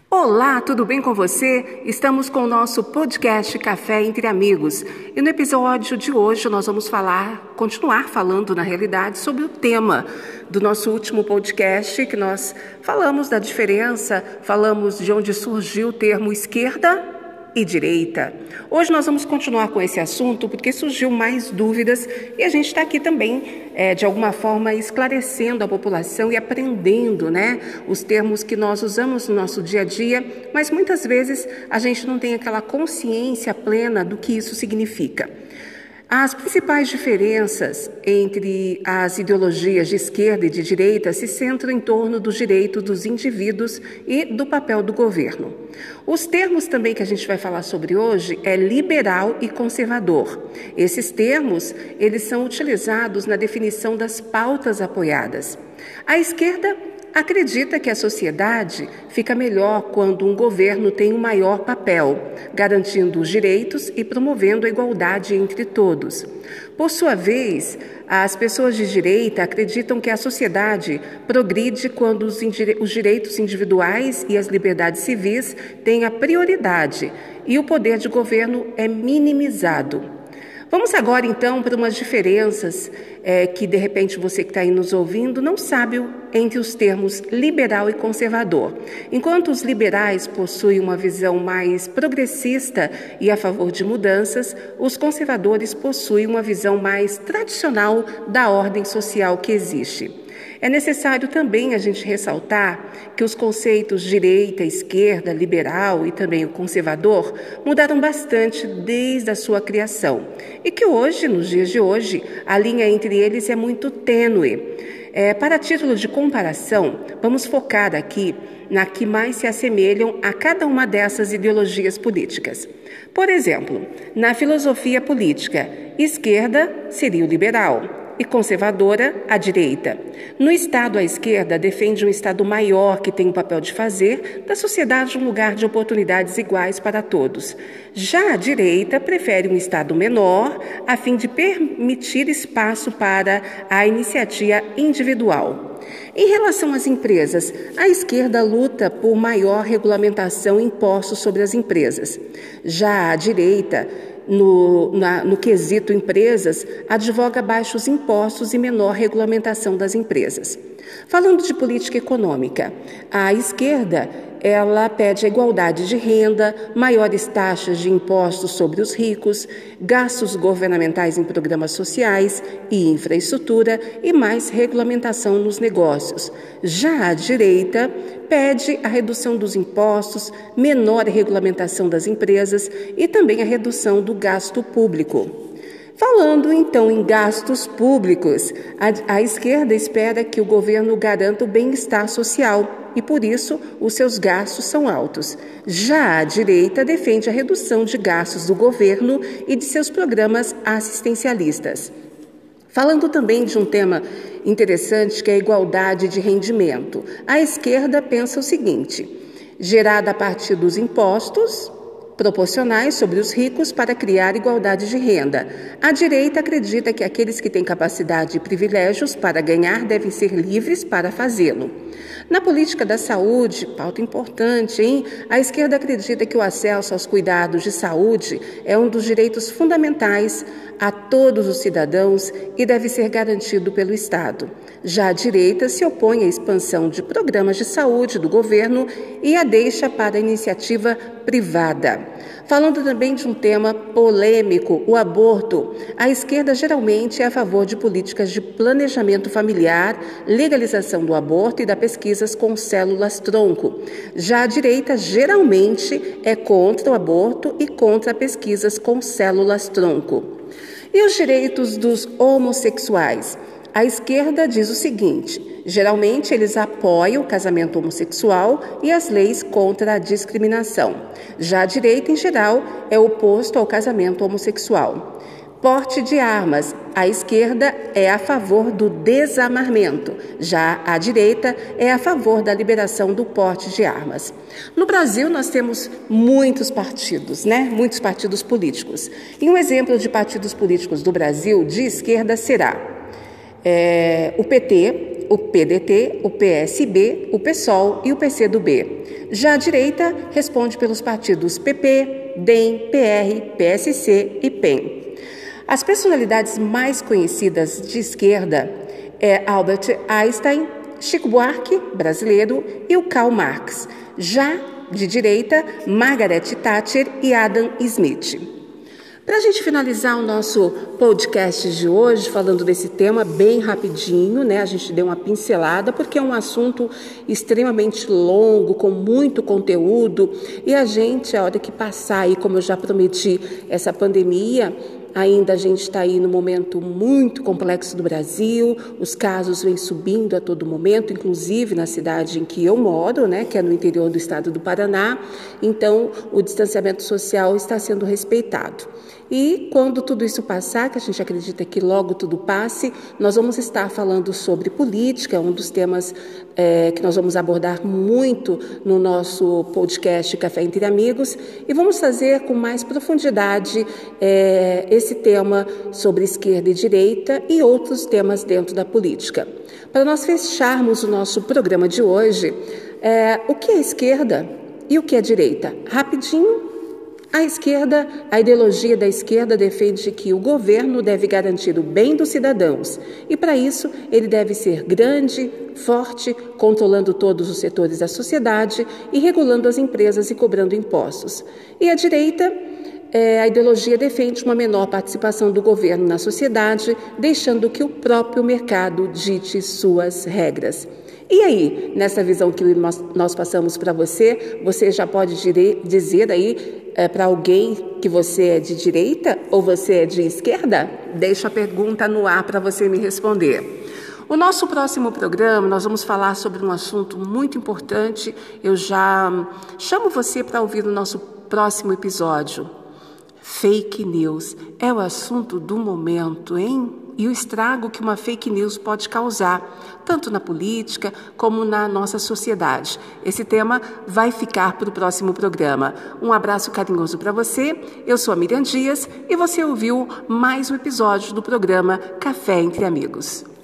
Olá, tudo bem com você? Estamos com o nosso podcast Café Entre Amigos e no episódio de hoje nós vamos continuar falando na realidade sobre o tema do nosso último podcast, que nós falamos da diferença, falamos de onde surgiu o termo esquerda e direita. Hoje nós vamos continuar com esse assunto porque surgiu mais dúvidas e a gente está aqui também, de alguma forma, esclarecendo a população e aprendendo, os termos que nós usamos no nosso dia a dia, mas muitas vezes a gente não tem aquela consciência plena do que isso significa. As principais diferenças entre as ideologias de esquerda e de direita se centram em torno dos direitos dos indivíduos e do papel do governo. Os termos também que a gente vai falar sobre hoje é liberal e conservador. Esses termos, eles são utilizados na definição das pautas apoiadas. A esquerda acredita que a sociedade fica melhor quando um governo tem um maior papel, garantindo os direitos e promovendo a igualdade entre todos. Por sua vez, as pessoas de direita acreditam que a sociedade progride quando os direitos individuais e as liberdades civis têm a prioridade e o poder de governo é minimizado. Vamos agora, então, para umas diferenças que, de repente, você que está aí nos ouvindo não sabe entre os termos liberal e conservador. Enquanto os liberais possuem uma visão mais progressista e a favor de mudanças, os conservadores possuem uma visão mais tradicional da ordem social que existe. É necessário também a gente ressaltar que os conceitos direita, esquerda, liberal e também o conservador mudaram bastante desde a sua criação e que hoje, nos dias de hoje, a linha entre eles é muito tênue. Para título de comparação, vamos focar aqui na que mais se assemelham a cada uma dessas ideologias políticas. Por exemplo, na filosofia política, esquerda seria o liberal e conservadora, a direita. No Estado, a esquerda defende um Estado maior que tem o papel de fazer da sociedade um lugar de oportunidades iguais para todos. Já a direita prefere um Estado menor, a fim de permitir espaço para a iniciativa individual. Em relação às empresas, a esquerda luta por maior regulamentação e impostos sobre as empresas. Já a direita, no quesito empresas, advoga baixos impostos e menor regulamentação das empresas. Falando de política econômica, a esquerda, ela pede a igualdade de renda, maiores taxas de impostos sobre os ricos, gastos governamentais em programas sociais e infraestrutura e mais regulamentação nos negócios. Já a direita pede a redução dos impostos, menor regulamentação das empresas e também a redução do gasto público. Falando, então, em gastos públicos, a esquerda espera que o governo garanta o bem-estar social e, por isso, os seus gastos são altos. Já a direita defende a redução de gastos do governo e de seus programas assistencialistas. Falando também de um tema interessante, que é a igualdade de rendimento, a esquerda pensa o seguinte: gerada a partir dos impostos proporcionais sobre os ricos para criar igualdade de renda. A direita acredita que aqueles que têm capacidade e privilégios para ganhar devem ser livres para fazê-lo. Na política da saúde, pauta importante, hein? A esquerda acredita que o acesso aos cuidados de saúde é um dos direitos fundamentais a todos os cidadãos e deve ser garantido pelo Estado. Já a direita se opõe à expansão de programas de saúde do governo e a deixa para a iniciativa privada. Falando também de um tema polêmico, o aborto, a esquerda geralmente é a favor de políticas de planejamento familiar, legalização do aborto e das pesquisas com células-tronco. Já a direita geralmente é contra o aborto e contra pesquisas com células-tronco. E os direitos dos homossexuais? A esquerda diz o seguinte: geralmente eles apoiam o casamento homossexual e as leis contra a discriminação. Já a direita, em geral, é oposto ao casamento homossexual. Porte de armas. A esquerda é a favor do desarmamento. Já a direita é a favor da liberação do porte de armas. No Brasil, nós temos muitos partidos, Muitos partidos políticos. E um exemplo de partidos políticos do Brasil de esquerda será o PT, o PDT, o PSB, o PSOL e o PCdoB. Já a direita responde pelos partidos PP, DEM, PR, PSC e PEN. As personalidades mais conhecidas de esquerda é Albert Einstein, Chico Buarque, brasileiro, e o Karl Marx. Já de direita, Margaret Thatcher e Adam Smith. Para a gente finalizar o nosso podcast de hoje, falando desse tema bem rapidinho, né? A gente deu uma pincelada, porque é um assunto extremamente longo, com muito conteúdo, e a gente, a hora que passar aí, como eu já prometi, essa pandemia, ainda a gente está aí no momento muito complexo do Brasil, os casos vêm subindo a todo momento, inclusive na cidade em que eu moro, né, que é no interior do estado do Paraná, então o distanciamento social está sendo respeitado. E quando tudo isso passar, que a gente acredita que logo tudo passe, nós vamos estar falando sobre política, um dos temas que nós vamos abordar muito no nosso podcast Café Entre Amigos, e vamos fazer com mais profundidade esse tema sobre esquerda e direita e outros temas dentro da política. Para nós fecharmos o nosso programa de hoje, o que é esquerda e o que é direita? Rapidinho. A ideologia da esquerda defende que o governo deve garantir o bem dos cidadãos e, para isso, ele deve ser grande, forte, controlando todos os setores da sociedade e regulando as empresas e cobrando impostos. E a direita, a ideologia defende uma menor participação do governo na sociedade, deixando que o próprio mercado dite suas regras. E aí, nessa visão que nós passamos para você, você já pode dizer aí para alguém que você é de direita ou você é de esquerda? Deixo a pergunta no ar para você me responder. O nosso próximo programa, nós vamos falar sobre um assunto muito importante. Eu já chamo você para ouvir o nosso próximo episódio. Fake news é o assunto do momento, hein? E o estrago que uma fake news pode causar, tanto na política como na nossa sociedade. Esse tema vai ficar para o próximo programa. Um abraço carinhoso para você. Eu sou a Miriam Dias e você ouviu mais um episódio do programa Café Entre Amigos.